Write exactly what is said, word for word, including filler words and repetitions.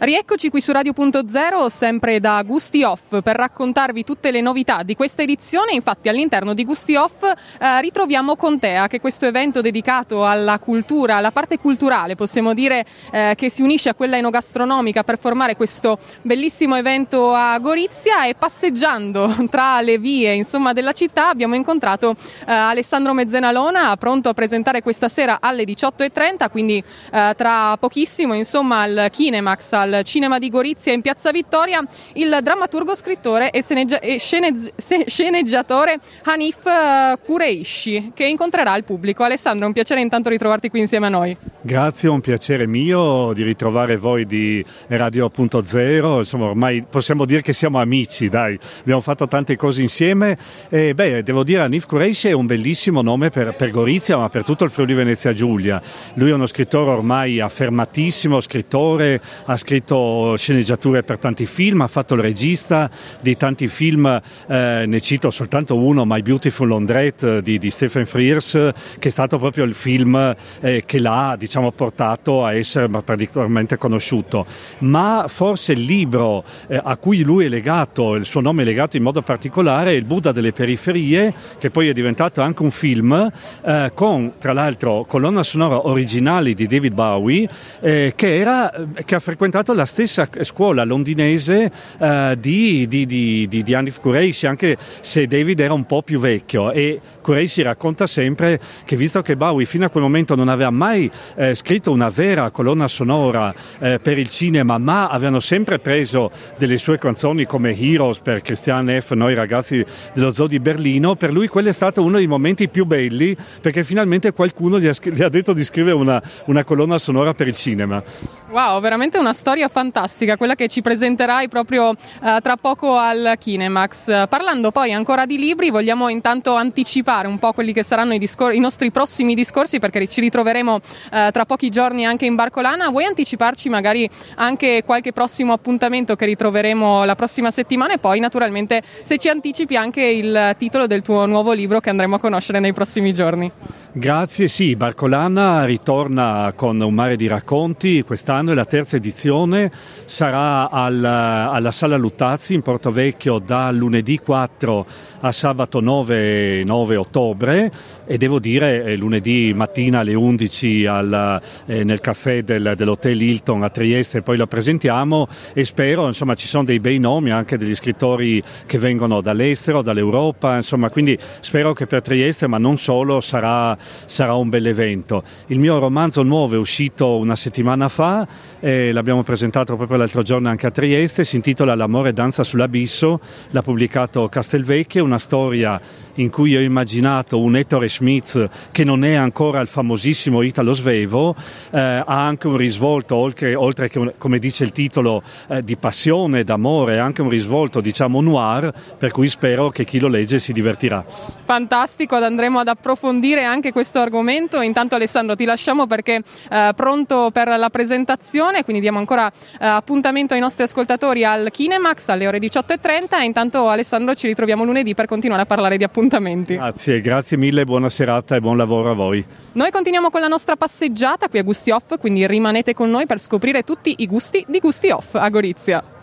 Rieccoci qui su Radio Punto Zero, sempre da Gusti Off, per raccontarvi tutte le novità di questa edizione. Infatti all'interno di Gusti Off eh, ritroviamo Contea, che è questo evento dedicato alla cultura, alla parte culturale, possiamo dire, eh, che si unisce a quella enogastronomica per formare questo bellissimo evento a Gorizia. E passeggiando tra le vie, insomma, della città abbiamo incontrato eh, Alessandro Mezzenalona, pronto a presentare questa sera alle diciotto e trenta, quindi eh, tra pochissimo, insomma, al Kinemax, al Cinema di Gorizia in Piazza Vittoria, il drammaturgo, scrittore e, sceneggia- e sceneggi- sceneggiatore Hanif Kureishi, che incontrerà il pubblico. Alessandro, è un piacere intanto ritrovarti qui insieme a noi. Grazie, è un piacere mio di ritrovare voi di Radio Punto Zero. Insomma, ormai possiamo dire che siamo amici, dai, abbiamo fatto tante cose insieme. E beh, devo dire, Hanif Kureishi è un bellissimo nome per, per Gorizia, ma per tutto il Friuli Venezia Giulia. Lui è uno scrittore ormai affermatissimo, scrittore, ha scritto sceneggiature per tanti film, ha fatto il regista di tanti film, eh, ne cito soltanto uno, My Beautiful Laundrette di, di Stephen Frears, che è stato proprio il film eh, che l'ha, diciamo, portato a essere particolarmente conosciuto. Ma forse il libro eh, a cui lui è legato, il suo nome è legato in modo particolare, è Il Buddha delle periferie, che poi è diventato anche un film eh, con, tra l'altro, colonna sonora originali di David Bowie, eh, che, era, che ha frequentato la stessa scuola londinese uh, di, di, di, di, di Hanif Kureishi, anche se David era un po' più vecchio. E Kureishi racconta sempre che, visto che Bowie fino a quel momento non aveva mai eh, scritto una vera colonna sonora eh, per il cinema, ma avevano sempre preso delle sue canzoni come Heroes per Christian F., Noi ragazzi dello zoo di Berlino, per lui quello è stato uno dei momenti più belli, perché finalmente qualcuno gli ha, gli ha detto di scrivere una, una colonna sonora per il cinema. Wow, veramente una storia fantastica, quella che ci presenterai proprio uh, tra poco al Kinemax. Parlando poi ancora di libri, vogliamo intanto anticipare un po' quelli che saranno i, discor- i nostri prossimi discorsi, perché ci ritroveremo uh, tra pochi giorni anche in Barcolana. Vuoi anticiparci magari anche qualche prossimo appuntamento che ritroveremo la prossima settimana, e poi naturalmente se ci anticipi anche il titolo del tuo nuovo libro che andremo a conoscere nei prossimi giorni? Grazie, sì, Barcolana ritorna con Un mare di racconti, quest'anno è la terza edizione, sarà al, alla Sala Luttazzi in Porto Vecchio da lunedì quattro a sabato nove ottobre, e devo dire eh, lunedì mattina alle undici al, eh, nel caffè del, dell'Hotel Hilton a Trieste, poi la presentiamo, e spero, insomma, ci sono dei bei nomi, anche degli scrittori che vengono dall'estero, dall'Europa, insomma, quindi spero che per Trieste, ma non solo, sarà, sarà un bel evento. Il mio romanzo nuovo è uscito una settimana fa, eh, l'abbiamo presentato proprio l'altro giorno anche a Trieste, si intitola L'amore danza sull'abisso, l'ha pubblicato Castelvecchie, una storia in cui ho immaginato un Ettore Schmitz che non è ancora il famosissimo Italo Svevo, eh, ha anche un risvolto, oltre, oltre che, come dice il titolo, eh, di passione, d'amore, anche un risvolto, diciamo, noir, per cui spero che chi lo legge si divertirà. Fantastico, andremo ad approfondire anche questo argomento. Intanto, Alessandro, ti lasciamo perché eh, pronto per la presentazione, quindi diamo ancora eh, appuntamento ai nostri ascoltatori al Kinemax alle ore diciotto e trenta. E intanto, Alessandro, ci ritroviamo lunedì per continuare a parlare di appuntamenti. Grazie, grazie mille, buona serata e buon lavoro a voi. Noi continuiamo con la nostra passeggiata qui a Gusti Off, quindi rimanete con noi per scoprire tutti i gusti di Gusti Off a Gorizia.